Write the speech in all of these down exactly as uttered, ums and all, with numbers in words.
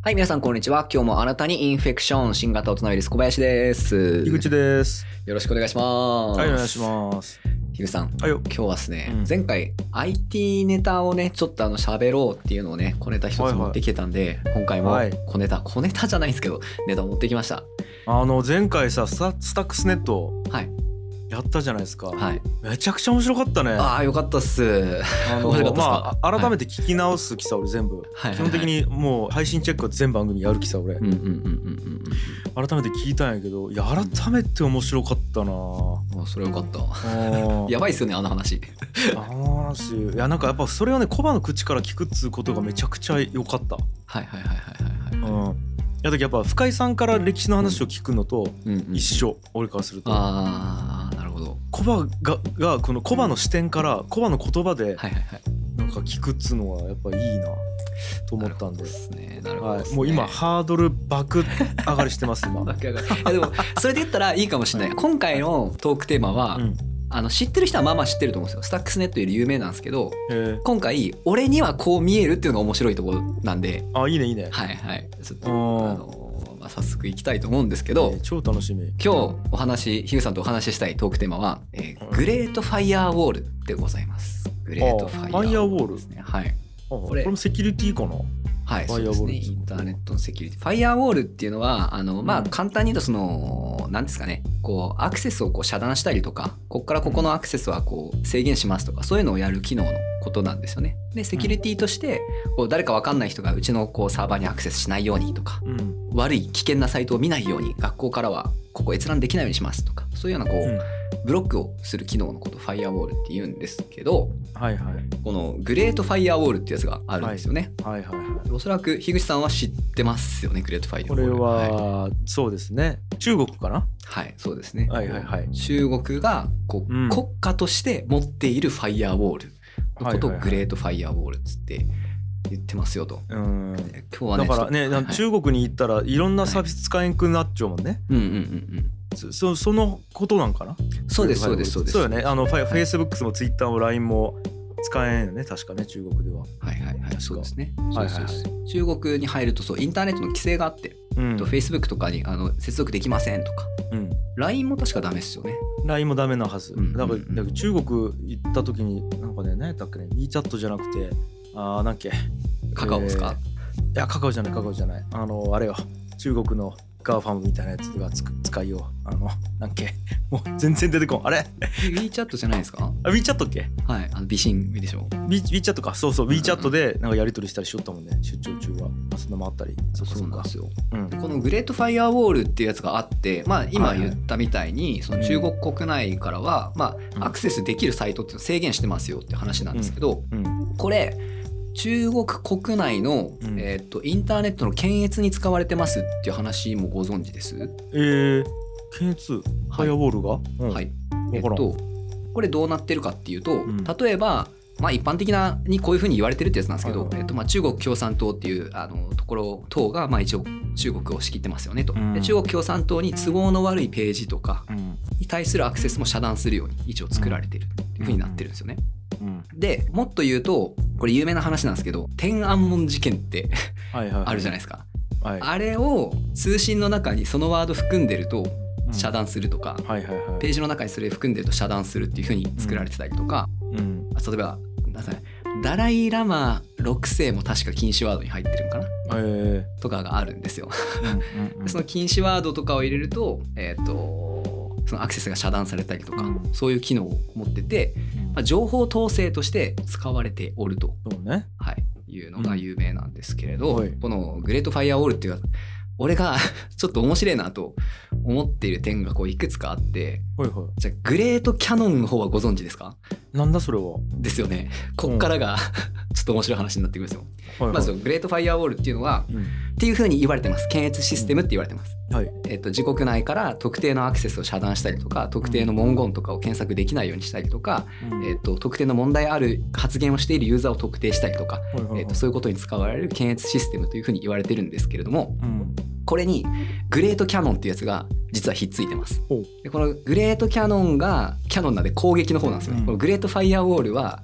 はい、皆さんこんにちは。今日もあなたにインフェクション新型大人ウイルス小林です。 井口です。 よろしくお願いします。 はい、お願いします。 樋口さん、 はいよ。 今日はですね、 うん前回 アイティー ネタをねちょっとあの喋ろうっていうのをね小ネタ一つ持ってきてたんで、今回もはい小ネタ小ネタじゃないんですけどネタを持ってきました。 あの前回さスタ、スタックスネットはいやったじゃないですか。 はい。 めちゃくちゃ面白かったね。 ああよかったっす。 あの面白かったっすか。 まあ改めて聞き直す気さ、俺全部、 はい、 基本的にもう配信チェックは全番組やる気さ俺、 うんうんうんうんうん改めて聞いたんやけど、いや改めて面白かったな。 あそれよかった。 あやばいっすよねあの話。 あの話、いやなんかやっぱそれをねコバの口から聞くっつうことがめちゃくちゃ良かった。 はいはいはいはいはい、はい。 うん。いやだけどやっぱ深井さんから歴史の話を聞くのと一緒、うんうん、俺からすると。 ああなるほど。 コバががこのコバの視点からコバの言葉ではいはいはい。 なんか聞くっつうのはやっぱいいなと思ったんで。 ですね。なるほどですね。 はい、もう今ハードル爆上がりしてます今。 いやでもそれで言ったらいいかもしれない。今回のトークテーマは、うん、あの知ってる人はまあまあ知ってると思うんですよ。スタックスネットより有名なんですけど、今回俺にはこう見えるっていうのが面白いところなんで。 あいいねいいね。 はいはい。ちょっとあの、まあ、早速いきたいと思うんですけど、 えー、超楽しみ。 今日お話樋口さんとお話ししたいトークテーマは、えー、グレートファイヤーウォールでございます。グレートファイヤーウォールですね。はい。 これもセキュリティかな。 はい、そうですね。インターネットのセキュリティ。ファイアウォールっていうのは、あの、まあ、簡単に言うと、その、なんですかね、こう、アクセスをこう遮断したりとか、ここからここのアクセスはこう制限しますとか、そういうのをやる機能のことなんですよね。で、セキュリティとして、こう誰かわかんない人がうちのこうサーバーにアクセスしないようにとか、うん、悪い危険なサイトを見ないように、学校からはここ閲覧できないようにしますとか、そういうようなこう、うんブロックをする機能のことをファイアウォールって言うんですけど、 はいはい、 このグレートファイアウォールってやつがあるんですよね。 はいはいはいはい、 おそらく樋口さんは知ってますよね、グレートファイアウォール。 これは、はい、そうですね。中国かな。 はいそうですね。 はいはいはい、 中国がこう、うん、国家として持っているファイアウォールのことをグレートファイアウォールっつって言ってますよと。うん、今日はねだからね、はいはい、中国に行ったらいろんなサービス使えんくなっちゃうもんね。 うんうんうんうんそ, そのことなんかな。 そうですそうですそうです。 そうよね。あのフェイスブックもツイッターも ライン も使えんよね確かね、中国では。 はいはいはいそうですね。そうそうそう。中国に入るとそうインターネットの規制があって、うん、と Facebook とかにあの接続できませんとか、うん、ライン も確かダメですよね。 ライン もダメなはず。うんうんうん、だからだから中国行った時になんかね何やったっけね WeChat じゃなくてあーなんっけカカオですか、 えー、いやカカオじゃないカカオじゃないあのあれよ中国のガーファムみたいなやつがつく使いようあのなんっけもう全然出てこんあれ WeChat じゃないですか。 あ WeChat っけ。 はいあの美人でしょ WeChat かそうそう WeChat でなんかやり取りしたりしよったもんね出張中は。あそんなもあったり。 そうそうなんですよ、うん、このグレートファイアウォールっていうやつがあってまあ今言ったみたいに、はいはい、その中国国内からは、うん、まあアクセスできるサイトって制限してますよって話なんですけど、うんうん、これ中国国内の、うんえー、とインターネットの検閲に使われてますっていう話もご存知です？ えー、検閲ファイアウォールが、 はいうんはい、えっとこれどうなってるかっていうと、うん、例えば、まあ、一般的なにこういうふうに言われてるってやつなんですけど、はいはいえっとまあ、中国共産党っていうあのところ等がまあ一応中国を仕切ってますよねと、うん、で中国共産党に都合の悪いページとかに対するアクセスも遮断するように一応作られてるっていうふうになってるんですよね。うん、でもっと言うとこれ有名な話なんですけど天安門事件ってあるじゃないですか、はい、あれを通信の中にそのワード含んでると遮断するとか、うんはいはいはい、ページの中にそれ含んでると遮断するっていう風に作られてたりとか、うん、例えばなんか、ね、ダライラマろくせいも確か禁止ワードに入ってるのかな、えー、とかがあるんですよ、うんうんうん、その禁止ワードとかを入れるとえっとそのアクセスが遮断されたりとか、うん、そういう機能を持ってて、うんまあ、情報統制として使われておると、 そうねはい、いうのが有名なんですけれど、うん、このグレートファイアウォールっていう俺がちょっと面白いなと思っている点がこういくつかあって、はいはい、じゃあグレートキャノンの方はご存知ですか？ なんだそれは。ですよね。こっからが、うん、ちょっと面白い話になってくるんですよ、はいはい、まずグレートファイアウォールっていうのは、うん、っていう風に言われてます。検閲システムって言われてます、うんはいえー、と自国内から特定のアクセスを遮断したりとか特定の文言とかを検索できないようにしたりとか、うんえー、と特定の問題ある発言をしているユーザーを特定したりとか、はいはいはいえー、とそういうことに使われる検閲システムという風に言われてるんですけれども、うんこれにグレートキャノンっていうやつが実はひっついてます。でこのグレートキャノンがキャノンなんで攻撃の方なんですよ、うん、このグレートファイアウォールは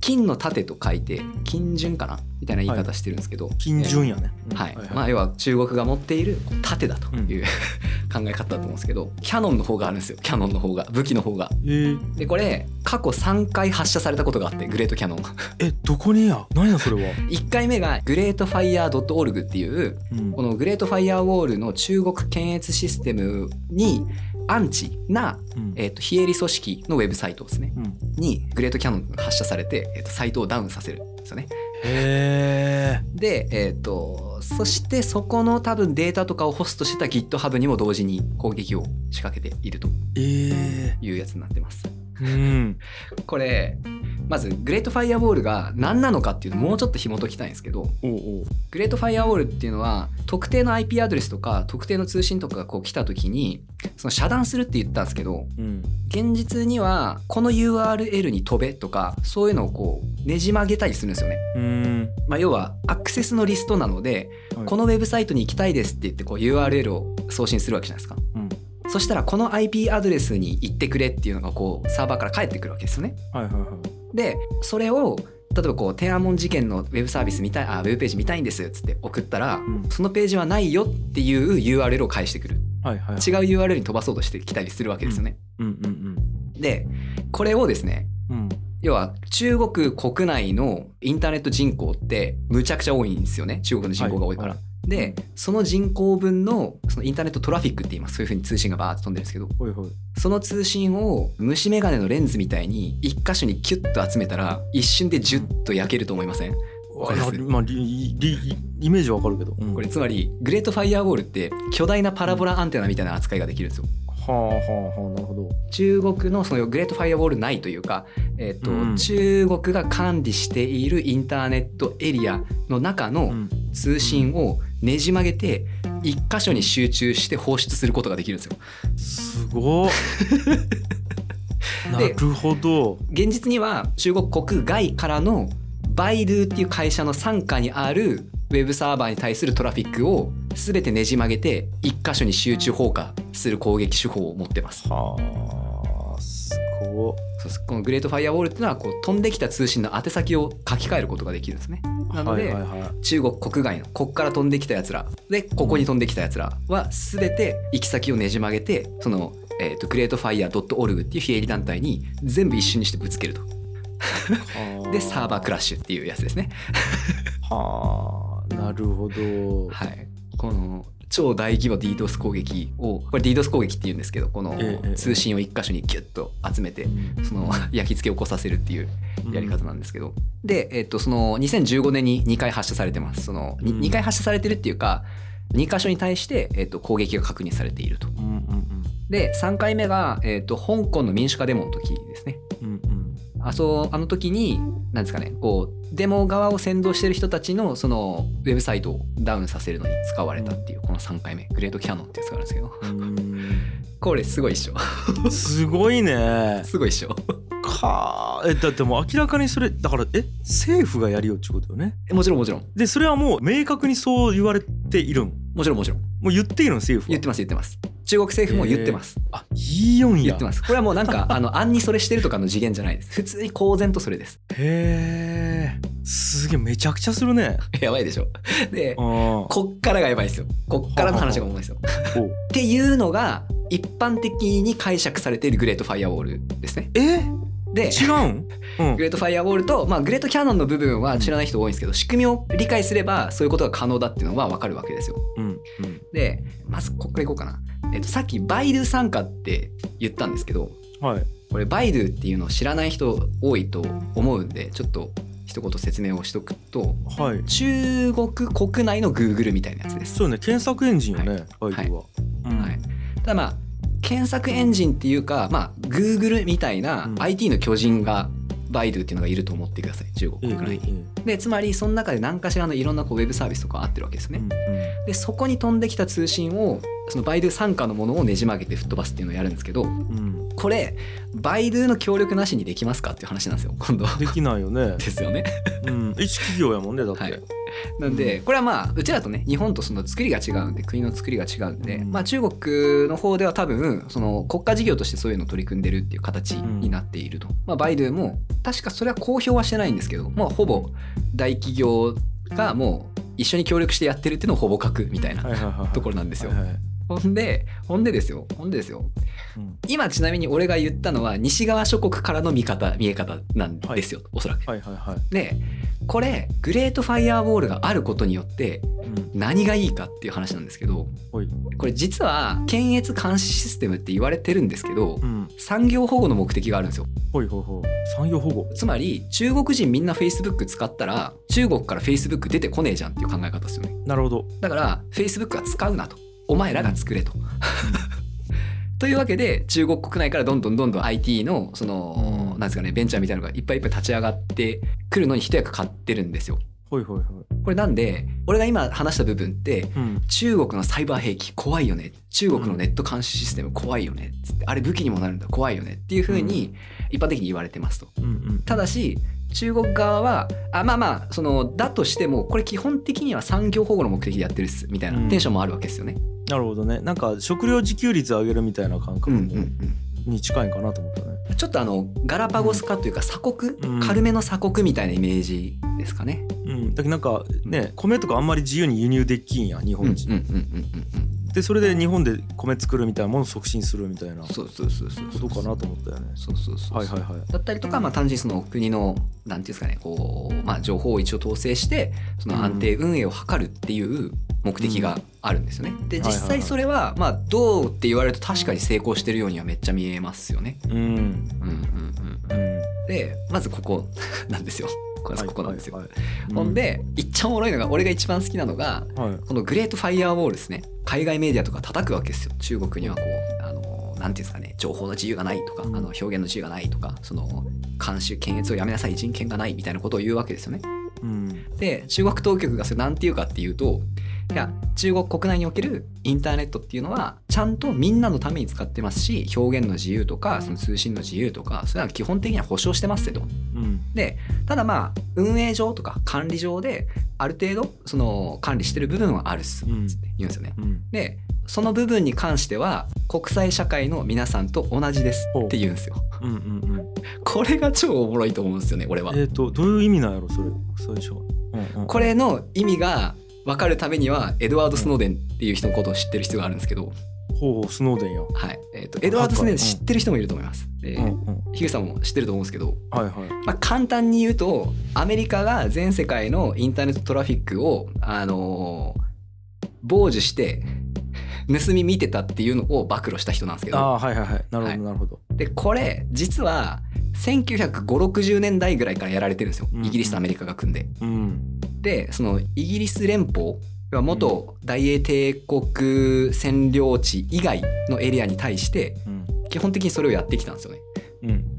金の盾と書いて金盾かなみたいな言い方してるんですけど、 はい、金盾やね、 えー、はい、はいはい、まあ要は中国が持っている盾だという、うん、考え方だと思うんですけど、キヤノンの方があるんですよ。キヤノンの方が武器の方が、えー、でこれ過去さんかい発射されたことがあって、グレートキヤノンえどこにや何やそれは。 いっかいめがグレートファイヤー ドットオルグ っていう、うん、このグレートファイヤーウォールの中国検閲システムにアンチな、うん、えー、と非営利組織のウェブサイトですね、うん、にグレートキヤノンが発射されて、えー、とサイトをダウンさせるんですよね。 へー。 で、えー、とそしてそこの多分データとかをホストしてた GitHub にも同時に攻撃を仕掛けているというやつになってます、えー、うん、これまずグレートファイアウォールが何なのかっていうのをもうちょっと紐解きたいんですけど、おうおう、グレートファイアウォールっていうのは特定の アイピー アドレスとか特定の通信とかがこう来た時にその遮断するって言ったんですけど、うん、現実にはこの ユーアールエル に飛べとかそういうのをこうねじ曲げたりするんですよね。うーん、まあ、要はアクセスのリストなので、はい、このウェブサイトに行きたいですって言ってこう ユーアールエル を送信するわけじゃないですか、うん、そしたらこの アイピー アドレスに行ってくれっていうのがこうサーバーから返ってくるわけですよね。はいはいはい。でそれを例えばこう天安門事件のウェブサービス見たい、あウェブページ見たいんですっつって送ったら、うん、そのページはないよっていう ユーアールエル を返してくる、はいはいはい、違う ユーアールエル に飛ばそうとしてきたりするわけですよね、うんうんうんうん、でこれをですね、うん、要は中国国内のインターネット人口ってむちゃくちゃ多いんですよね。中国の人口が多いから、はいはい、でその人口分のそのインターネットトラフィックって言います。そういう風に通信がバーッと飛んでるんですけど、はいはい、その通信を虫眼鏡のレンズみたいに一箇所にキュッと集めたら一瞬でジュッと焼けると思いません？わかります？ まあ、リリイメージはわかるけど、うん、 これつまりグレートファイアウォールって巨大なパラボラアンテナみたいな扱いができるんですよ。はあはあはあ、なるほど。中国のそのグレートファイアウォール内というか、えーとうん、中国が管理しているインターネットエリアの中の通信をねじ曲げて一箇所に集中して放出することができるんですよ。 すごいなるほど。 現実には中国国外からのバイドゥっていう会社の傘下にあるウェブサーバーに対するトラフィックを全てねじ曲げて一箇所に集中放火する攻撃手法を持ってます。はあ、すごい。このグレートファイアウォールっていうのはこう飛んできた通信の宛先を書き換えることができるんですね。なので、はいはいはい、中国国外のここから飛んできたやつらでここに飛んできたやつらは全て行き先をねじ曲げてその、えーと、グレートファイア ドットオルグ っていう非営利団体に全部一瞬にしてぶつけるとでサーバークラッシュっていうやつですねはあ、なるほど。 はい、この超大規模 DDoS 攻撃をこれ DDoS 攻撃っていうんですけど、この通信を一箇所にギュッと集めてその焼き付けを起こさせるっていうやり方なんですけど、で、えっと、そのにせんじゅうごねんににかい発射されてます。その に, にかい発射されてるっていうかに箇所に対して、えっと、攻撃が確認されていると。でさんかいめが、えっと、香港の民主化デモの時ですね。あ, そうあの時に何ですかね、こうデモ側を先導してる人たちのそのウェブサイトをダウンさせるのに使われたっていうこのさんかいめグレートキヤノンってやつがあるんですけど、うーんこれすごいっしょすごいねすごいっしょかえだってもう明らかにそれだからえ政府がやりようってことよね。 もちろんもちろんでそれはもう明確にそう言われているん。 もちろんもちろんもう言っているの政府は。 言ってます言ってます。中国政府も言ってます、 えー、あいいよんや言ってます。これはもうなんかあの暗にそれしてるとかの次元じゃないです。普通に公然とそれです。 へえすげえめちゃくちゃするねやばいでしょ。でこっからがやばいですよ。こっからの話が重いですよっていうのが一般的に解釈されているグレートファイアウォールですね。 えで違うん、 うん、グレートファイアウォールと、まあ、グレートキヤノンの部分は知らない人多いんですけど、仕組みを理解すればそういうことが可能だっていうのは分かるわけですよ、うんうん、でまずここからいこうかな、えっと、さっきバイドゥ参加って言ったんですけど、はい、これバイドゥっていうのを知らない人多いと思うんでちょっと一言説明をしとくと、はい、中国国内の Google みたいなやつです。 そうね、検索エンジンよね、バイドゥは、はいうんはい、 ただまあ検索エンジンっていうか、まあ、Google みたいな アイティー の巨人がバイドゥっていうのがいると思ってください、中国国内に、うん、でつまりその中で何かしらのいろんなこうウェブサービスとかあってるわけですね、うんうん、でそこに飛んできた通信をそのバイドゥ傘下のものをねじ曲げて吹っ飛ばすっていうのをやるんですけど、うん、これバイドゥの協力なしにできますかっていう話なんですよ今度。 できないよねですよね、うん、 一企業やもんねだって、はい、 なんでこれはまあうちらとね日本とその作りが違うんで国の作りが違うんで、まあ、中国の方では多分その国家事業としてそういうのを取り組んでるっていう形になっていると、まあ、バイドゥも多確かそれは公表はしてないんですけど、もうほぼ大企業がもう一緒に協力してやってるっていうのをほぼ書くみたいなところなんですよ。ほんでほんでですよほんでですよ、うん、今ちなみに俺が言ったのは西側諸国からの見方見え方なんですよ、はい、おそらく、はいはいはい、でこれグレートファイアウォールがあることによって何がいいかっていう話なんですけど、うん、これ実は検閲監視システムって言われてるんですけど、うん、産業保護の目的があるんですよ。 ほいほいほい、産業保護、 つまり中国人みんな Facebook 使ったら中国から Facebook 出てこねえじゃんっていう考え方ですよね。 なるほど。 だから Facebook は使うなと、お前らが作れとというわけで中国国内からどんどんどんどん アイティー のその、うん、なんですかね、ベンチャーみたいなのがいっぱいいっぱい立ち上がってくるのに一役買ってるんですよ。 ほいほいほい。 これなんで俺が今話した部分って、うん、中国のサイバー兵器怖いよね、中国のネット監視システム怖いよねつって、あれ武器にもなるんだ怖いよねっていう風に一般的に言われてますと、うんうん、ただし中国側はあまあまあそのだとしてもこれ基本的には産業保護の目的でやってるっすみたいなテンションもあるわけですよね、うん、 なるほどね。なんか食料自給率上げるみたいな感覚に近いんかなと思ったね、うんうんうん、 ちょっとあのガラパゴス化というか鎖国、うん、軽めの鎖国みたいなイメージですかね、 うん、だけどなんかね米とかあんまり自由に輸入できんや日本人、うんうんうんうんうんでそれで日本で米作るみたいなものを促進するみたいなことかなと思ったよね。 そうそうそうそう、 はいはいはい、 だったりとか、まあ、単純にその国のなんていうんですかね、こう、まあ、情報を一応統制してその安定運営を図るっていう目的があるんですよね。で実際それはまあどうって言われると確かに成功してるようにはめっちゃ見えますよね。うんうんうんうんうん。でまずここなんですよ。ここなんですよ、はいはいはい、ほんでいっちゃおもろいのが俺が一番好きなのが、はい、このグレートファイアウォールですね。海外メディアとか叩くわけですよ。中国にはこうあのなんていうんですかね、情報の自由がないとか、うん、あの表現の自由がないとか、その監視検閲をやめなさい、人権がないみたいなことを言うわけですよね、うん、で中国当局がそれなんて言うかっていうと、いや中国国内におけるインターネットっていうのはちゃんとみんなのために使ってますし、表現の自由とかその通信の自由とかそういうのは基本的には保障してますけど、うん、でただまあ運営上とか管理上である程度その管理してる部分はあるっすって言うんですよね、うんうん、でその部分に関しては国際社会の皆さんと同じですって言うんですよ、うんうんうん、これが超おもろいと思うんですよね俺は。 えーとどういう意味なんやろそれ最初、うんうん、 これの意味が分かるためにはエドワード・スノーデンっていう人のことを知ってる必要があるんですけど、 ほうスノーデンよ、 はいえー、とエドワード・スノーデン知ってる人もいると思います、うんえーうんうん、ヒグさんも知ってると思うんですけど、はいはいまあ、簡単に言うとアメリカが全世界のインターネットトラフィックを、あのー、傍受して盗み見てたっていうのを暴露した人なんですけど、 あはいはいはいなるほど、はい、なるほど。 でこれ実はせんきゅうひゃくごじゅう、ろくじゅうねんだいぐらいからやられてるんですよ、イギリスとアメリカが組んで、うん、でそのイギリス連邦元大英帝国占領地以外のエリアに対して基本的にそれをやってきたんですよね、うんうんうん、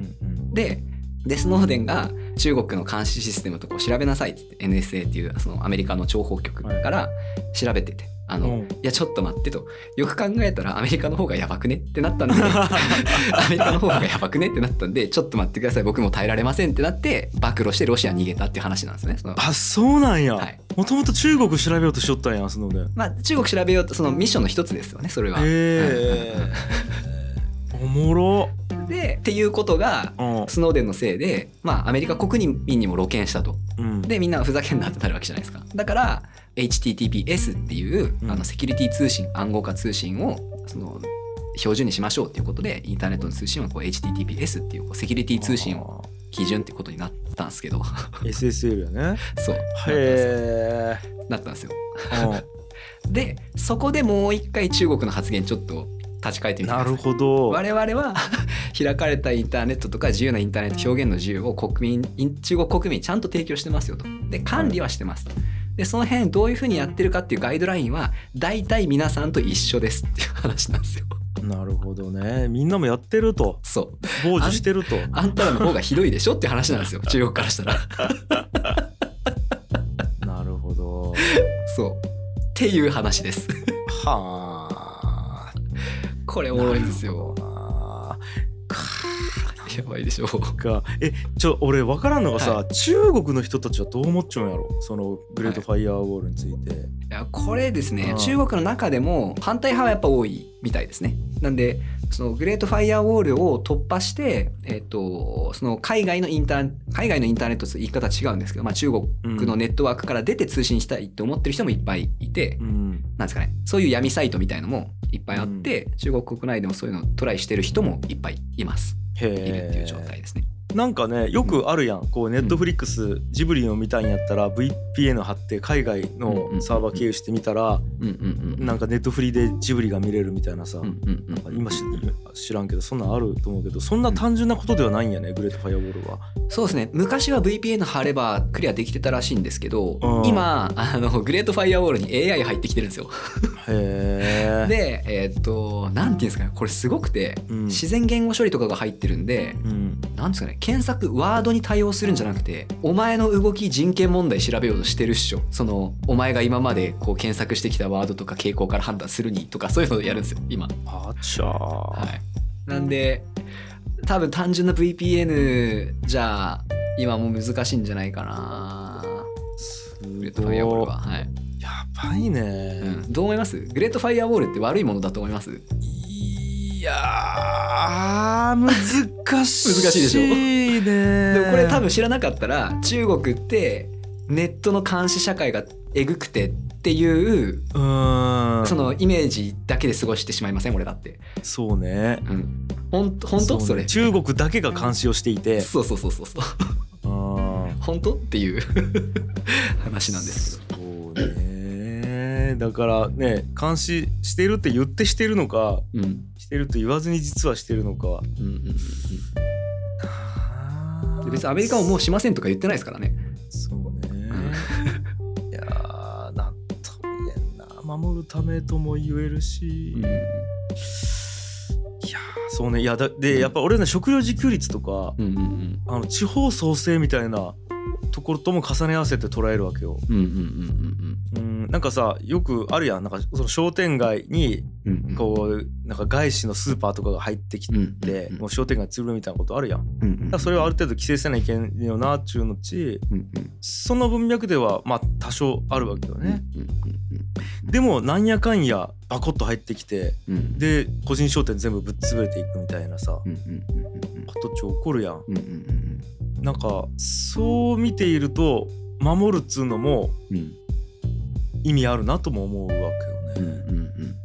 で, でスノーデンが中国の監視システムとかを調べなさいって言って エヌエスエー っていうそのアメリカの諜報局から調べてて、あの、うん、いやちょっと待ってと、よく考えたらアメリカの方がやばくねってなったんでアメリカの方がやばくねってなったんでちょっと待ってください、僕も耐えられませんってなって暴露してロシアに逃げたっていう話なんですね。そのあそうなんや、もともと中国調べようとしよったんやそので、 まあ中国調べようとそのミッションの一つですよねそれは。へえー、おもろでっていうことがスノーデンのせいで、まあ、アメリカ国民にも露見したと、うん、でみんなふざけんなってなるわけじゃないですか。だから エイチティーティーピーエス っていう、うん、あのセキュリティ通信暗号化通信をその標準にしましょうっていうことでインターネットの通信はこう エイチティーティーピーエス っていうこうセキュリティ通信を基準ってことになったんですけどエスエスエル やねそうへなったんですよでそこでもう一回中国の発言ちょっと立ち返ってみてください。 なるほど。 我々は開かれたインターネットとか自由なインターネット表現の自由を国民中国国民にちゃんと提供してますよと。で管理はしてますと。でその辺どういうふうにやってるかっていうガイドラインは大体皆さんと一緒ですっていう話なんですよ。 なるほどね。みんなもやってると。 そう傍受してると。 あん、あんたらの方がひどいでしょっていう話なんですよ中国からしたらなるほど。 そうっていう話ですはあ。 これおもろいんですよ。やばいでしょか。えちょ俺分からんのがさ、はい、中国の人たちはどう思っちゃうんやろそのグレートファイアーウォールについて、はい、いやこれですね、うん、中国の中でも反対派はやっぱ多いみたいですね。なんでそのグレートファイアウォールを突破して、えー、とその海外のインター海外のインターネットと言い方は違うんですけど、まあ、中国のネットワークから出て通信したいって思ってる人もいっぱいいて、うん、なんですかね、そういう闇サイトみたいのもいっぱいあって、うん、中国国内でもそういうのをトライしてる人もいっぱいいます。いるっていう状態ですね。 なんかねよくあるやん、こうネットフリックス、うん、ジブリを見たんやったら ブイピーエヌ 貼って海外のサーバー経由してみたらなんかネットフリでジブリが見れるみたいなさ、うんうんうん、なんか今知らんけどそんなんあると思うけど、そんな単純なことではないんやね、グレートファイアウォールは。 そうですね、昔は ブイピーエヌ 貼ればクリアできてたらしいんですけど、うん、今あのグレートファイアウォールに エーアイ 入ってきてるんですよ。へーでえー、っとなんていうんですかね、これすごくて、うん、自然言語処理とかが入ってるんで、うん、なんですかね、検索ワードに対応するんじゃなくて、お前の動き人権問題調べようとしてるっしょ、そのお前が今までこう検索してきたワードとか傾向から判断するにとか、そういうのをやるんですよ今。 あちゃー、 はい、なんで多分単純な ブイピーエヌ じゃあ今も難しいんじゃないかな。グレートファイアウォールは、はい、 やばいね、 うん、どう思います？グレートファイアウォールって悪いものだと思います？ いやー難しい難しいでしょでもこれ多分知らなかったら、中国ってネットの監視社会がえぐくてっていう、うーん、そのイメージだけで過ごしてしまいません？俺だってそうね、 うん、ほん本当 そ,、ね、それ中国だけが監視をしていて、 そうそうそうそうそう本当っていう話なんですけど。 そうね、だからね、監視してるって言ってしてるのか、うん、してると言わずに実はしてるのか、うんうんうん、別にアメリカももうしませんとか言ってないですからね。 そうねいやーなんとも言えんな、守るためとも言えるし、うん、いやそうね、いやだでやっぱ俺ね、食料自給率とか、うんうんうん、あの地方創生みたいなところとも重ね合わせて捉えるわけよ。うんうんうんうんうん、なんかさよくあるやん、なんかその商店街にこうなんか外資のスーパーとかが入ってきて、うんうんうん、もう商店街潰るみたいなことあるやん、うんうん、だからそれはある程度規制せないけんよなっちゅうのち、うんうん、その文脈ではまあ多少あるわけよね、うんうんうんうん、でもなんやかんやバコッと入ってきて、うん、で個人商店全部ぶっ潰れていくみたいなさ、うんうんうんうん、ことちょ起こるやん、うんうんうん、なんかそう見ていると守るっつうのも意味あるなとも思うわけよね、うんうんうん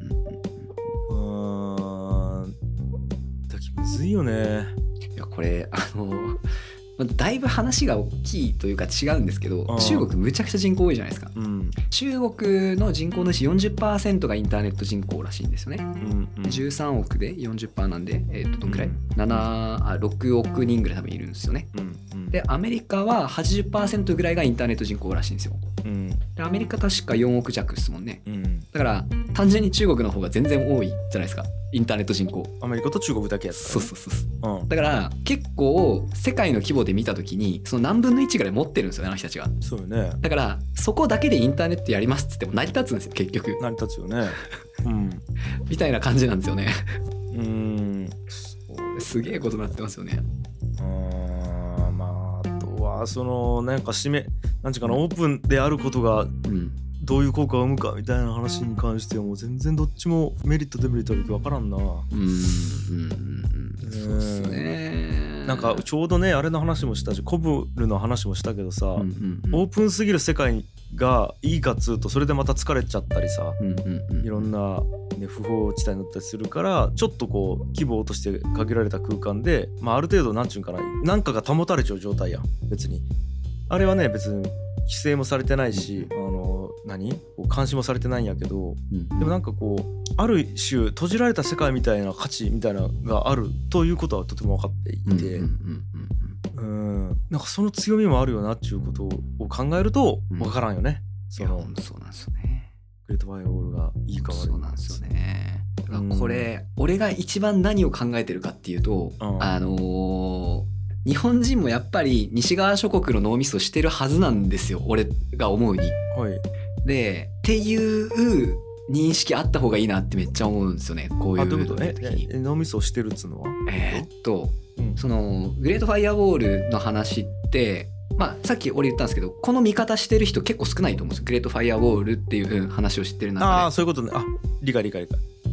うん、うーんだけどむずいよね。 いやこれあのだいぶ話が大きいというか違うんですけど、中国むちゃくちゃ人口多いじゃないですか、うん、中国の人口のうち よんじゅっパーセント がインターネット人口らしいんですよね、うんうん、じゅうさんおくで よんじゅっパーセント なんで、えー、とどんくらい、うん、ななあろくおくにんぐらい多分いるんですよね、うんうん、でアメリカは はちじゅっパーセント ぐらいがインターネット人口らしいんですよ、うん、でアメリカ確かよんおくじゃくですもんね、うん、だから単純に中国の方が全然多いじゃないですか、インターネット人口。 アメリカと中国だけやったら、ね、 そうそうそう、うん、だから結構世界の規模で見た時にその何分のいちぐらい持ってるんですよね、あの人たちが。 そうよね。 だからそこだけでインターネットやりますっつっても成り立つんですよ結局。 成り立つよね、うん、 みたいな感じなんですよね。 うーんすげえことになってますよね。 あまああとはそのなんか締めなんていうかな、オープンであることが、うんどういう効果を生むかみたいな話に関してはもう全然どっちもメリットデメリットあるけど分からんな。うんうんうんそうですね。なんかちょうどねあれの話もしたしコブルの話もしたけどさ、うんうんうん、オープンすぎる世界がいいかっつうとそれでまた疲れちゃったりさ、うんうんうん、いろんな、ね、不法地帯になったりするからちょっとこう規模を落として限られた空間で、まあ、ある程度なんちゅうんかななんかが保たれちゃう状態や別にあれはね別に規制もされてないし、あの何こう監視もされてないんやけど、うん、でもなんかこうある種閉じられた世界みたいな価値みたいなのがあるということはとても分かっていて、うんなんかその強みもあるよなっていうことを考えると分からんよね、 うん、そのそうなんですよね。 グレートバイオールがいいか悪いかそうなんですよね。だからこれ、うん、俺が一番何を考えてるかっていうと、うん、あのー日本人もやっぱり西側諸国の脳みそしてるはずなんですよ俺が思うに、はい、でっていう認識あった方がいいなってめっちゃ思うんですよね。こういうあどういうことね脳みそしてるっつうのはえー、っと、うん、そのグレートファイアウォールの話ってまあさっき俺言ったんですけどこの見方してる人結構少ないと思うんですよ。グレートファイアウォールっていう話を知ってる中で。 ああそういうことね。あ理解理解理解。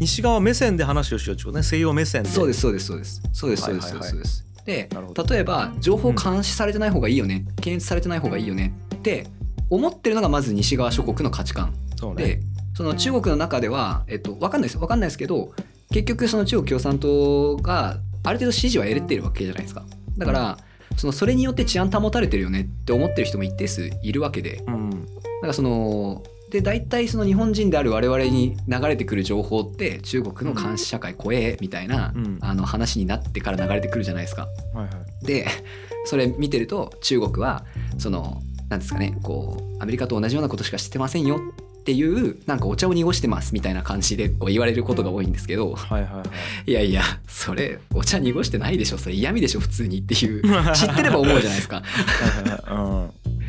西側目線で話をしようってことね、西洋目線で。 そうですそうですそうですそうですそうですそうです。で例えば情報監視されてない方がいいよね、うん、検閲されてない方がいいよねって思ってるのがまず西側諸国の価値観、そうね、でその中国の中では、えっと、分かんないです分かんないですけど、結局その中国共産党がある程度支持は得れてるわけじゃないですか。だから、うん、そのそれによって治安保たれてるよねって思ってる人も一定数いるわけで、うん、だからそので大体その日本人である我々に流れてくる情報って中国の監視社会怖えみたいな、うん、あの話になってから流れてくるじゃないですか、はいはい、でそれ見てると中国はそのなんですかね、こうアメリカと同じようなことしかしてませんよっていうなんかお茶を濁してますみたいな感じでこう言われることが多いんですけど、はいはいはい、いやいやそれお茶濁してないでしょ、それ嫌味でしょ普通にっていう知ってれば思うじゃないですかはいはい、はい、うん、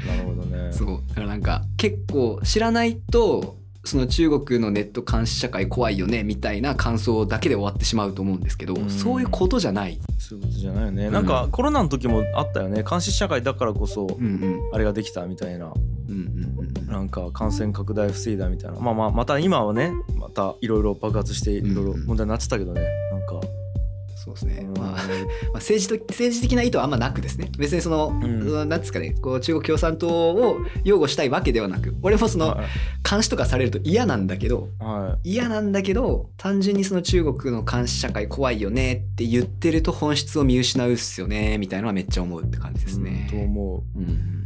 なるほどね。そうだからなんか結構知らないとその中国のネット監視社会怖いよねみたいな感想だけで終わってしまうと思うんですけど、うん、そういうことじゃない。 そういうことじゃないよね、うん、なんかコロナの時もあったよね、監視社会だからこそあれができたみたいな、うんうんうん、なんか感染拡大防いだみたいな、まあまあまた今はねまたいろいろ爆発していろいろ問題になってたけどね、うん、なんかそうですね、まあ、まあ政治と政治的な意図はあんまなくですね、別にその、うん、なんですかね、こう中国共産党を擁護したいわけではなく、俺もその、はい、監視とかされると嫌なんだけど、はい、嫌なんだけど単純にその中国の監視社会怖いよねって言ってると本質を見失うっすよねみたいなのはめっちゃ思うって感じですね。 うん、と思う、うん、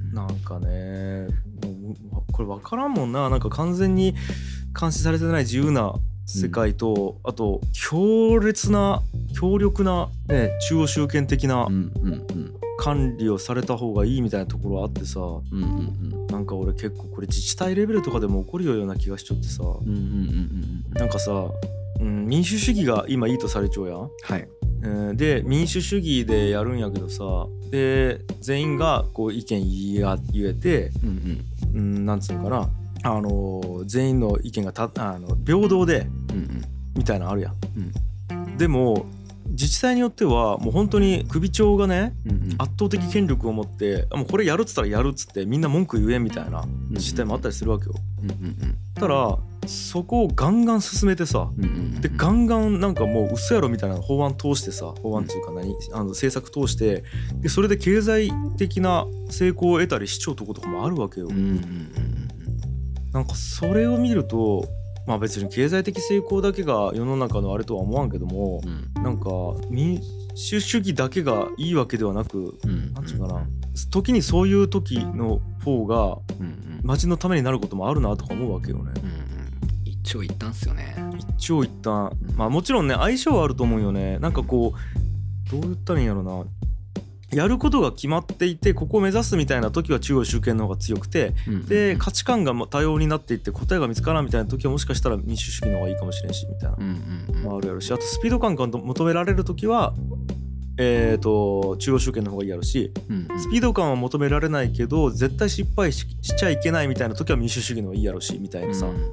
なんかねこれ分からんもんな、なんか完全に監視されてない自由な世界と、うん、あと強烈な強力な、ね、中央集権的な管理をされた方がいいみたいなところあってさ、うんうんうん、なんか俺結構これ自治体レベルとかでも起こるような気がしちゃってさ、うんうんうんうん、なんかさ、うん、民主主義が今いいとされちゃうやん、はい、えー、で民主主義でやるんやけどさ、で全員がこう意見言い言えて、うんうん、なんつうのかな、あの全員の意見がたあの平等で、うんうん、みたいなのあるやん、うん、でも自治体によってはもう本当に首長がね、うんうん、圧倒的権力を持ってもうこれやるっつったらやるっつってみんな文句言えみたいな自治体もあったりするわけよ、うんうんうん、ただそこをガンガン進めてさ、うんうんうん、でガンガンなんかもう嘘やろみたいな法案通してさ、法案っていうか何、あの政策通してでそれで経済的な成功を得たりしちゃうとことかもあるわけよ、うんうんうん、なんかそれを見るとまあ別に経済的成功だけが世の中のあれとは思わんけども、うん、なんか民主主義だけがいいわけではなく、うん、なんていうかな、時にそういう時の方が町のためになることもあるなとか思うわけよね、うんうん、 一長一短っすよね。 一長一短、まあもちろんね相性はあると思うよね。なんかこうどう言ったらいいんやろな、やることが決まっていてここを目指すみたいな時は中央集権の方が強くて、うんうんうん、で価値観が多様になっていって答えが見つからんみたいな時はもしかしたら民主主義の方がいいかもしれんしみたいな、うんうんうん、まあ、あるやろし、あとスピード感が求められる時はえーと中央集権の方がいいやろし、うんうん、スピード感は求められないけど絶対失敗 し, しちゃいけないみたいな時は民主主義の方がいいやろしみたいなさ、うんうんうん、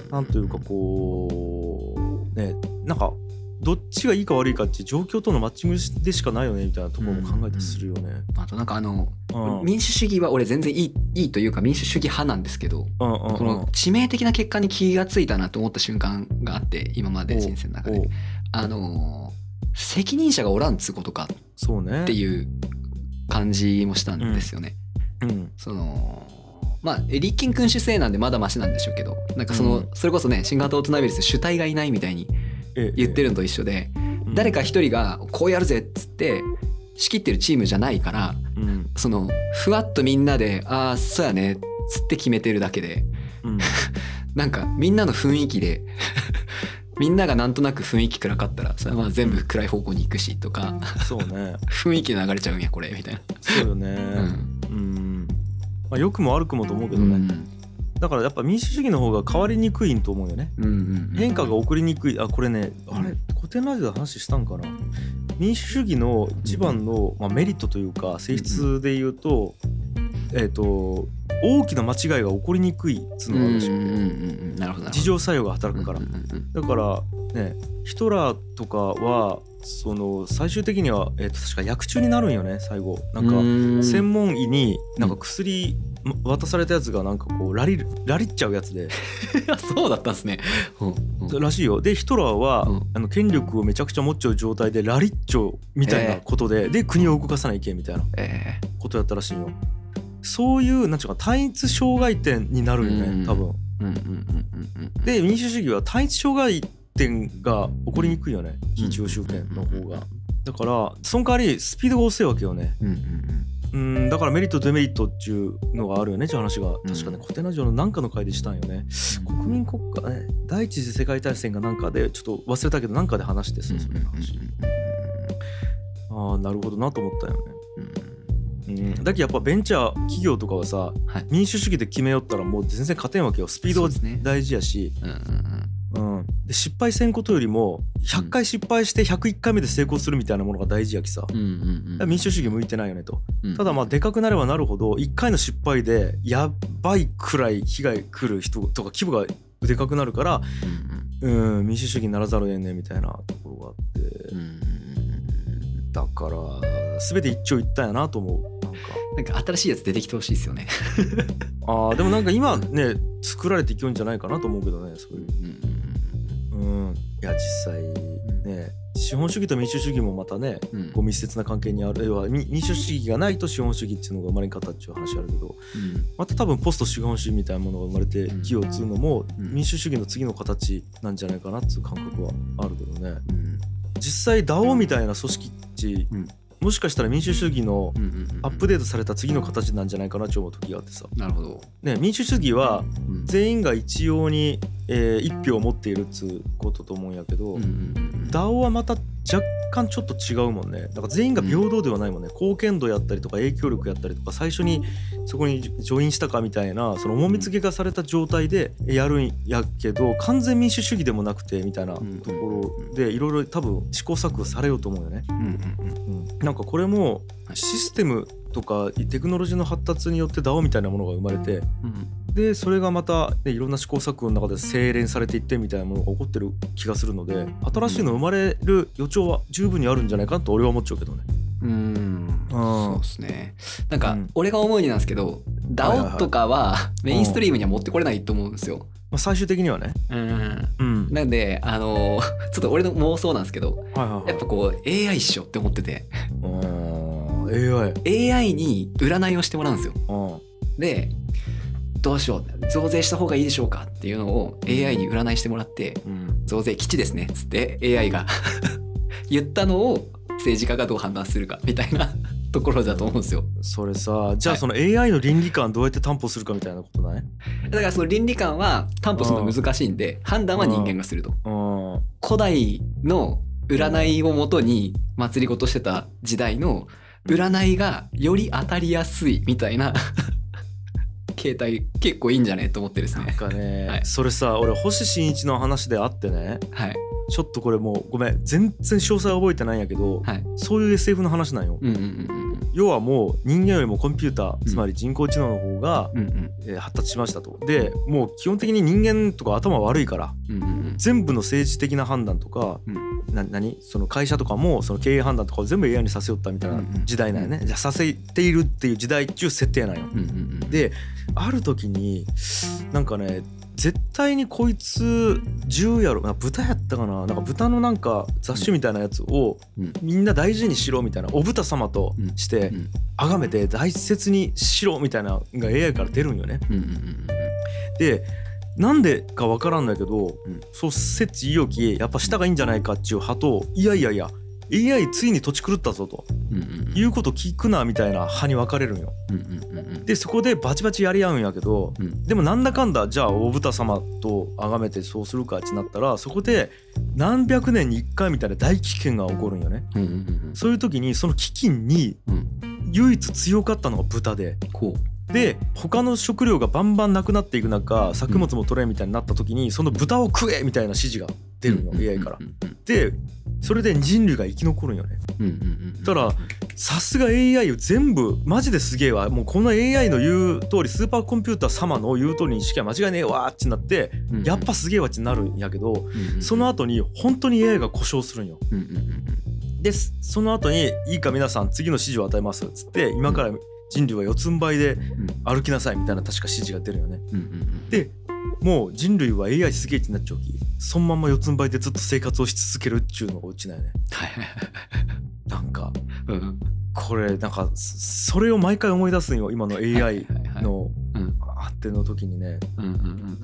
なんというかこうね、なんかどっちがいいか悪いかって状況とのマッチングでしかないよねみたいなところも考えたりするよね、 うんうん、あとなんかあの、うん、民主主義は俺全然いい、いいというか民主主義派なんですけど、うんうんうん、この致命的な結果に気がついたなと思った瞬間があって今まで人生の中で、あの責任者がおらんつうことかっていう感じもしたんですよね、うんうん、そのまあ立憲君主制なんでまだマシなんでしょうけど、なんかその、うん、それこそね新型オトナウイルス主体がいないみたいに言ってるのと一緒で、ええ、誰か一人がこうやるぜっつって仕切ってるチームじゃないから、うん、そのふわっとみんなでああそうやねっつって決めてるだけで、うん、なんかみんなの雰囲気でみんながなんとなく雰囲気暗かったらそれはまあ全部暗い方向に行くしとか、うん、そうね雰囲気で流れちゃうんやこれみたいな。 そうよね、うんうん、まあ、良くも悪くもと思うけどね、うん、だからやっぱ民主主義の方が変わりにくいんと思うよね、うんうんうん、変化が起こりにくい。あこれねあれ古典ラジオで話したんかな、民主主義の一番の、まあ、メリットというか性質で言うと、うん、えっ、ー、と大きな間違いが起こりにくいっつうのがあるでしょうね。自浄作用が働くから、うんうんうん、だからねヒトラーとかはその最終的には、えー、と確か薬中になるんよね最後。なんか専門医になんか薬渡されたやつがなんかこうラリラリっちゃうやつでそうだったんですね、うんうん、 らしいよ。でヒトラーは、うん、あの権力をめちゃくちゃ持っちゃう状態でラリっちゃうみたいなことで、えー、で国を動かさないけみたいなことやったらしいよ。そういうなんていうか単一障害点になるよね多分。で民主主義は単一障害点が起こりにくいよね、非常習権の方が。だからその代わりスピードが遅いわけよね。うんうんうん、うんだからメリットデメリットっていうのがあるよねっていう話が確かねコテナ城のなんかの回でしたんよね。国民国家ね第一次世界大戦がなんかでちょっと忘れたけどなんかで話してさそれの話。ああなるほどなと思ったよね。うん、だけどやっぱベンチャー企業とかはさ、はい、民主主義で決めよったらもう全然勝てんわけよ。スピード大事やし、うんうんうん、で失敗せんことよりもひゃっかい失敗してひゃくいっかいめで成功するみたいなものが大事やきさ、うんうんうん、だから民主主義向いてないよねと、うん、ただまあでかくなればなるほどいっかいの失敗でやばいくらい被害来る人とか規模がでかくなるから、うんうんうん、民主主義にならざるを得んねみたいなところがあって、うん、だから全て一長一短やなと思う。なんかなんか新しいやつ出てきてほしいですよねあでもなんか今ね作られていくんじゃないかなと思うけどねそういう、うん、うん、いや実際ね資本主義と民主主義もまたね、うん、こう密接な関係にある。要は民主主義がないと資本主義っていうのが生まれ方っていう話あるけど、うん、また多分ポスト資本主義みたいなものが生まれて企業っつうのも民主主義の次の形なんじゃないかなっていう感覚はあるけどね、うん、実際 ダオ みたいな組織って、うんもしかしたら民主主義のアップデートされた次の形なんじゃないかなって思う時があってさ。 なるほど、 ね、民主主義は全員が一様に、えー、一票を持っているっつうことと思うんやけど、うんうんうん、ダオ はまた若干ちょっと違うもんね。だから全員が平等ではないもんね、うん、貢献度やったりとか影響力やったりとか最初にそこにジョインしたかみたいなその重み付けがされた状態でやるんやけど完全民主主義でもなくてみたいなところでいろいろ多分試行錯誤されようと思うよね、うんうんうんうん、なんかこれもシステムとかテクノロジーの発達によって ダオ みたいなものが生まれて、うん、でそれがまた、ね、いろんな試行錯誤の中で精錬されていってみたいなものが起こってる気がするので新しいの生まれる予兆は十分にあるんじゃないかなと俺は思っちゃうけどね。 うーんそうですね。なんか俺が思うになんですけど、うん、ダオ とかはメインストリームには持ってこれないと思うんですよ。 まあ、最終的にはね、うんうん、なんであのー、ちょっと俺の妄想なんですけど、はいはいはい、やっぱこう エーアイ っしょって思っててエーアイエーアイ に占いをしてもらうんですよ。でどうしよう増税した方がいいでしょうかっていうのを エーアイ に占いしてもらって、うん、増税吉ですねっつって エーアイ が言ったのを政治家がどう判断するかみたいなところだと思うんですよ。 それさじゃあその エーアイ の倫理観どうやって担保するかみたいなことない？ だからその倫理観は担保するの難しいんで判断は人間がすると。古代の占いをもとに祭り事してた時代の占いがより当たりやすいみたいな形態結構いいんじゃねと思ってですね。 なんかね、はい、それさ俺星新一の話であってね、はい、ちょっとこれもうごめん全然詳細覚えてないんやけど、はい、そういう エスエフ の話なんよ、うんうんうん、要はもう人間よりもコンピューター、うん、つまり人工知能の方が、うんうんえー、発達しましたと。でもう基本的に人間とか頭悪いから、うんうん、全部の政治的な判断とか、うん、な何その会社とかもその経営判断とかを全部 エーアイ にさせよったみたいな時代なんよね、うんうん、じゃあさせているっていう時代っていう設定なんよ、うんうんうん、である時になんかね絶対にこいつ銃やろ豚やったかななんか豚のなんか雑種みたいなやつをみんな大事にしろみたいなお豚様として崇めて大切にしろみたいなのが エーアイ から出るんよね、うんうんうん、でなんでかわからんだけど、うん、そう説意よきやっぱしたがいいんじゃないかっていう派といやいやいやエーアイ ついに土地狂ったぞと、うんうんうん、いうこと聞くなみたいな派に分かれるんよ、うんうんうん、でそこでバチバチやり合うんやけど、うん、でもなんだかんだじゃあ大豚様と崇めてそうするかってなったらそこで何百年に一回みたいな大飢饉が起こるんよね、うんうんうん、そういう時にその飢饉に唯一強かったのが豚で、うんで他の食料がバンバンなくなっていく中作物も取れみたいになった時にその豚を食えみたいな指示が出るの エーアイ からでそれで人類が生き残るんよね。だからさすが エーアイ を全部マジですげえわもうこの エーアイ の言う通りスーパーコンピューター様の言う通りにしか間違いねえわーってなってやっぱすげえわってなるんやけどその後に本当に エーアイ が故障するんよ。でその後にいいか皆さん次の指示を与えますっつって今から人類は四つん這いで歩きなさいみたいな確か指示が出るよね、うんうんうん、でもう人類は エーアイ すげえってなっちゃうきそのまんま四つん這いでずっと生活をし続けるっていうのがうちなんよねなんか、うん、これなんかそれを毎回思い出すんよ今の エーアイ の発展の時にね、うんうんうんうん、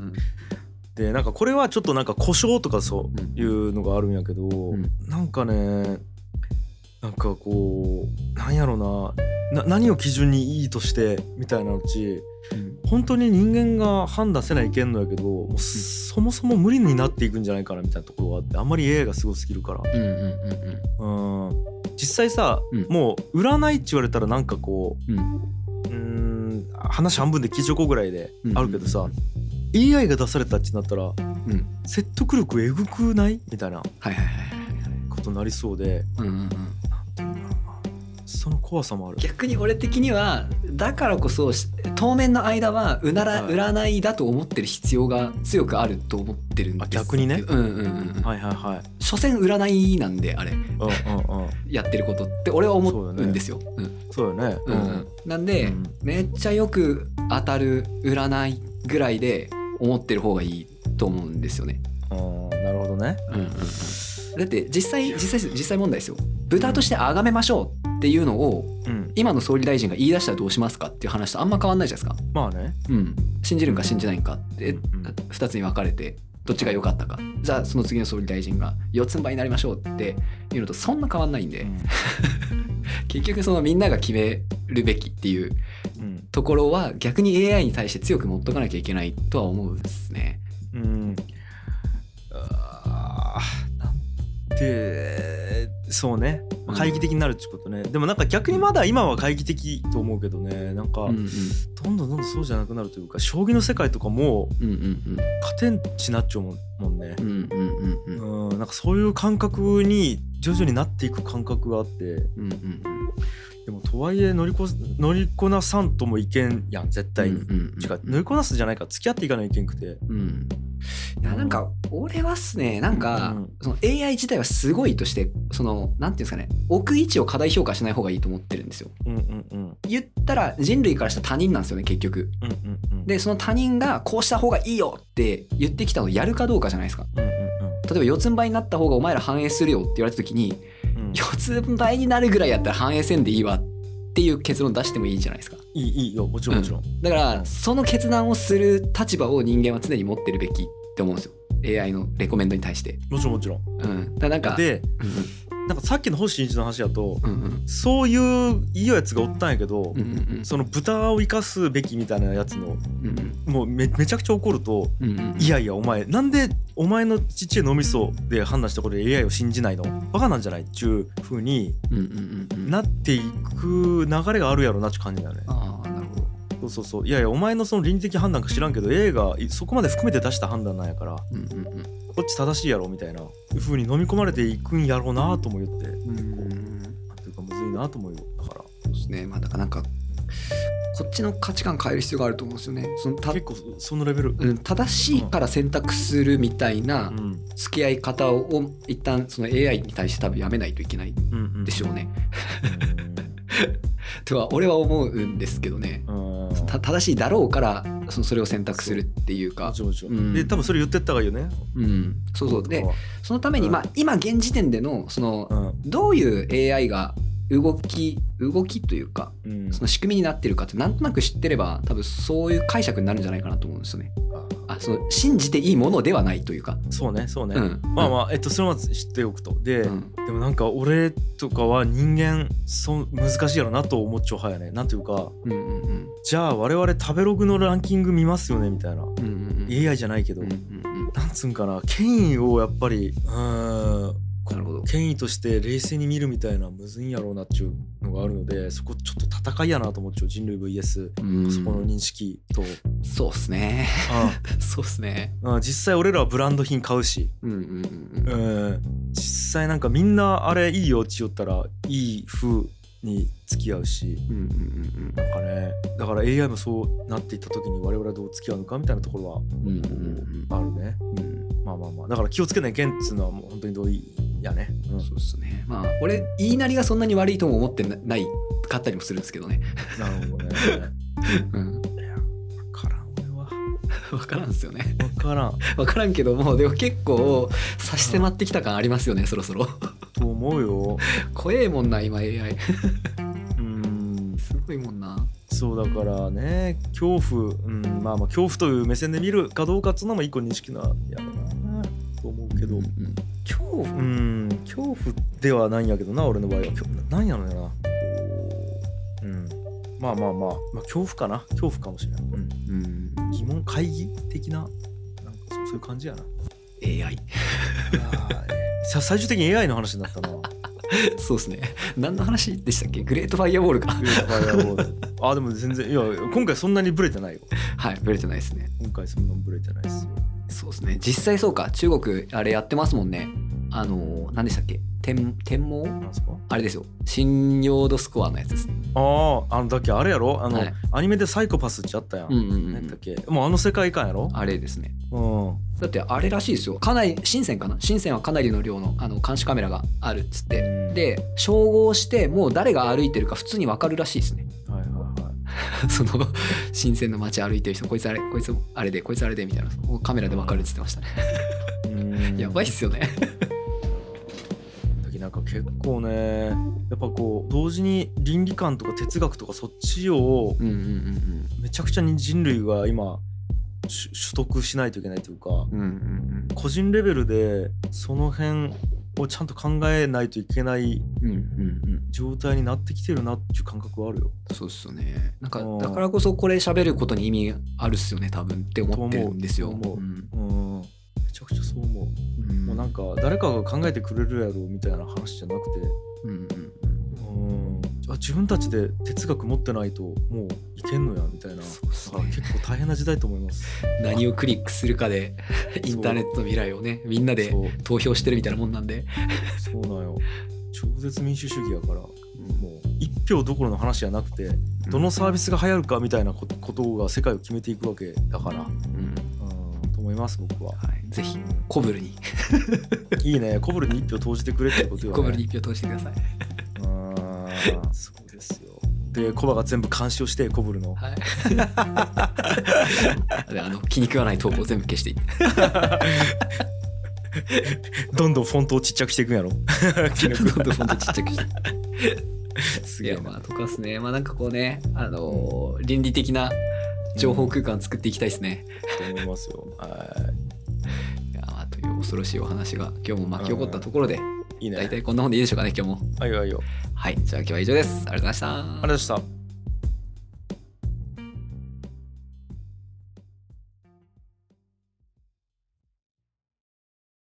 でなんかこれはちょっとなんか故障とかそういうのがあるんやけど、うん、なんかねなんかこうなんやろな、な何を基準にいいとしてみたいなうち、うん、本当に人間が判断せないけんのやけどもう、うん、そもそも無理になっていくんじゃないかなみたいなところがあってあんまり エーアイ がすごすぎるから、うんうんうんうん、実際さ、うん、もう占いって言われたらなんかこう、うん、うーん話半分で聞いちょこうぐらいであるけどさ、うんうんうん、エーアイ が出されたってなったら、うん、説得力えぐくないみたいなことになりそうで、うんうんうん、その怖さもある。 逆に俺的にはだからこそ当面の間はうなら、はい、占いだと思ってる必要が強くあると思ってるんです。あ逆にね、 うんうんうん、はいはいはい。所詮占いなんであれ、うんうんうん、やってることって俺は思うんですよ。 そうよね、うんうんうん、 なんで、うん、めっちゃよく当たる占いぐらいで思ってる方がいいと思うんですよね。 あなるほどね、うんうんうん、 だって実際実際実際問題ですよ。豚として崇めましょうっていうのを、うん、今の総理大臣が言い出したらどうしますかっていう話とあんま変わんないじゃないですか。 まあね、 うん、信じるんか信じないんかってふたつに分かれてどっちが良かったか、じゃあその次の総理大臣が四つん這いになりましょうっていうのとそんな変わんないんで、うん、結局そのみんなが決めるべきっていうところは逆に エーアイ に対して強く持っとかなきゃいけないとは思うんですね。うん、 あなんてそうね懐疑的になるってことね、うん、でもなんか逆にまだ今は懐疑的と思うけどね、なんか、うんうん、どんどんどんどんそうじゃなくなるというか将棋の世界とかも加点値なっちゃうもんね、うんうんうんうん、なんかそういう感覚に徐々になっていく感覚があって、うんうん、でもとはいえ乗りこ乗りこなさんともいけんやん絶対に、うんうんうん、違う乗りこなすじゃないから付き合っていかないといけんくて、うん、 いやなんか俺はっすねなんか、うん、その エーアイ 自体はすごいとしてそのなんていうんですかね置く位置を過大評価しない方がいいと思ってるんですよ、うんうんうん、言ったら人類からしたら他人なんですよね結局、うんうんうん、でその他人がこうした方がいいよって言ってきたのをやるかどうかじゃないですか、うんうんうん、例えば四つん這いになった方がお前ら反映するよって言われた時に、うん、四つん這いになるぐらいやったら反映せんでいいわっていう結論出してもいいじゃないですか。 いいいいよもちろんもちろん、うん、 だからその決断をする立場を人間は常に持ってるべきって思うんですよ エーアイ のレコメンドに対して。 もちろんもちろん、 うん、だなんかで、うん、なんかさっきの星新一の話だと、うんうん、そういういいやつがおったんやけど、うんうんうん、その豚を生かすべきみたいなやつの、うんうん、もう め, めちゃくちゃ怒ると、うんうん、いやいやお前なんでお前の父脳みそで判断したことで エーアイ を信じないのバカなんじゃないっていう風になっていく流れがあるやろなって感じだよね。ああなるほど。そうそうそういやいやお前のその倫理的判断か知らんけど エーアイ がそこまで含めて出した判断なんやから、うんうんうん、こっち正しいやろみたいな風に飲み込まれていくんやろうなと思うよって、うん、こうなんていうかむずいなと思うよ。だからそうですねまあだからなんかこっちの価値観変える必要があると思うんですよね。そのた結構そのレベル、 うん、正しいから選択するみたいな付き合い方を一旦その エーアイ に対して多分やめないといけないでしょうね、うんうん、とは俺は思うんですけどね。た正しいだろうからそのそれを選択するっていうかそうそうそう、うん、で多分それ言ってった方がいいよね、 うん、そうそうでそのために、うんまあ、今現時点でのその、うん、どういう エーアイ が動き動きというか、うん、その仕組みになってるかってなんとなく知ってれば多分そういう解釈になるんじゃないかなと思うんですよね。あその信じていいものではないというかそうねそうね、うん、まあまあ、えっと、それはまず知っておくとで、うん、でもなんか俺とかは人間そ難しいやろなと思っちゃう派やね。なんていうか、うんうんうん、じゃあ我々食べログのランキング見ますよねみたいな、うんうんうん、エーアイ じゃないけど、うんうんうん、なんつうんかな権威をやっぱりうーんなるほど権威として冷静に見るみたいなむずいんやろうなっていうのがあるのでそこちょっと戦いやなと思っちゃう人類 ブイエス パソコンの認識と。 そうっすねああそうっすねあ実際俺らはブランド品買うし、うんうんうんうん、実際なんかみんなあれいいよって言ったらいい風に付き合うし、うんうんうん、なんかねだから エーアイ もそうなっていった時に我々はどう付き合うのかみたいなところは、うんうんうん、あるね、うん、まあまあまあだから気をつけないけんっつうのはもう本当にどういやね、 うん、そうですねまあ俺言いなりがそんなに悪いとも思ってないかったりもするんですけどねなるほどねうん、 いや分からん俺は分からんすよね。 分からん分からんけどもでも結構差し迫ってきた感ありますよねそろそろと思うよ。 怖えもんな今 エーアイうんすごいもんな。 そうだからね恐怖、うん、まあまあ恐怖という目線で見るかどうかっていうのも一個認識なやだなと思うけど、 うんうん、 恐怖うん恐怖ではないんやけどな俺の場合はなんやろうな、うん、まあまあまあ、まあ、恐怖かな恐怖かもしれない、うんうん、疑問懐疑的ななんかそうそういう感じやなエーアイさ最終的に エーアイ の話になったなそうですね。何の話でしたっけ？グレートファイアウォールか。 グレートファイアウォールあでも全然いや今回そんなにブレてないよ。 はいブレてないですね。 今回そんなブレてないですよ。 そうですね。実際そうか中国あれやってますもんね。あの何でしたっけ？天天網？ なんすか？ あれですよ。信用度スコアのやつですね。 あああのだっけあれやろあの、はい、アニメでサイコパスってあったやん。うんうんうん、なんだっけもうあの世界観やろ？ あれですね。 うん。 だってあれらしいですよ。かなり深センかな。深センはかなりの量のあの監視カメラがあるっつって、うん、で照合してもう誰が歩いてるか普通に分かるらしいですね。はいはいはい。その深センの街歩いてる人こいつあれこいつあれでこいつあれでみたいなカメラで分かるっつってましたね。うんやばいっすよね。 なんか結構ねやっぱこう同時に倫理観とか哲学とかそっちをめちゃくちゃに人類が今取得しないといけないというか、うんうんうん、個人レベルでその辺をちゃんと考えないといけない状態になってきてるなっていう感覚はあるよ。 そうっすよね。なんかだからこそこれ喋ることに意味あるっすよね多分って思ってるんですよ。 思う、うんうん、めちゃくちゃそう思う。うん、もうなんか誰かが考えてくれるやろみたいな話じゃなくて、うんうんうん、あ自分たちで哲学持ってないともういけんのやみたいな。そうですね、結構大変な時代と思います。何をクリックするかでインターネットの未来をねみんなで投票してるみたいなもんなんで。 そうなんよ。超絶民主主義やから、うん、もう一票どころの話じゃなくてどのサービスが流行るかみたいなことが世界を決めていくわけだから、うんうん、と思います僕は。はいぜひコブルにいいねコブルに一票投じてくれってことよね。 コブルに一票投じてください。 あそうですよ。でコバが全部監視をしてコブルの、はい、 あの気に食わない投稿全部消していってどんどんフォントをちっちゃくしていくんやろ。 気に食どんどんフォントちっちゃくしてすげえ。いやまあとかっすね。まあなんかこうねあのー、倫理的な情報空間作っていきたいですね、 うん、と思いますよ。はいいやという恐ろしいお話が今日も巻き起こったところで、 いいね、 大体こんな本でいいでしょうかね今日も。 はいはいよ。 はいじゃあ今日は以上です。ありがとうございました。 ありがとうございました。